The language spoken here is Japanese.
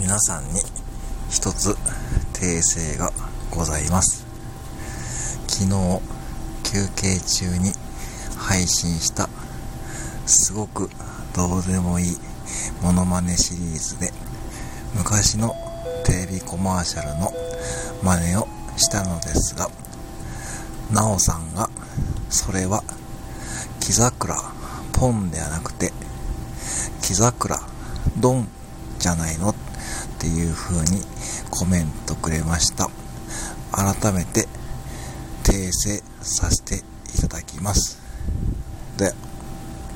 皆さんに一つ訂正がございます。昨日休憩中に配信したすごくどうでもいいモノマネシリーズで昔のテレビコマーシャルの真似をしたのですが、なおさんがそれは木桜ポンではなくて木桜ドンじゃないのっていう風にコメントくれました。改めて訂正させていただきます。で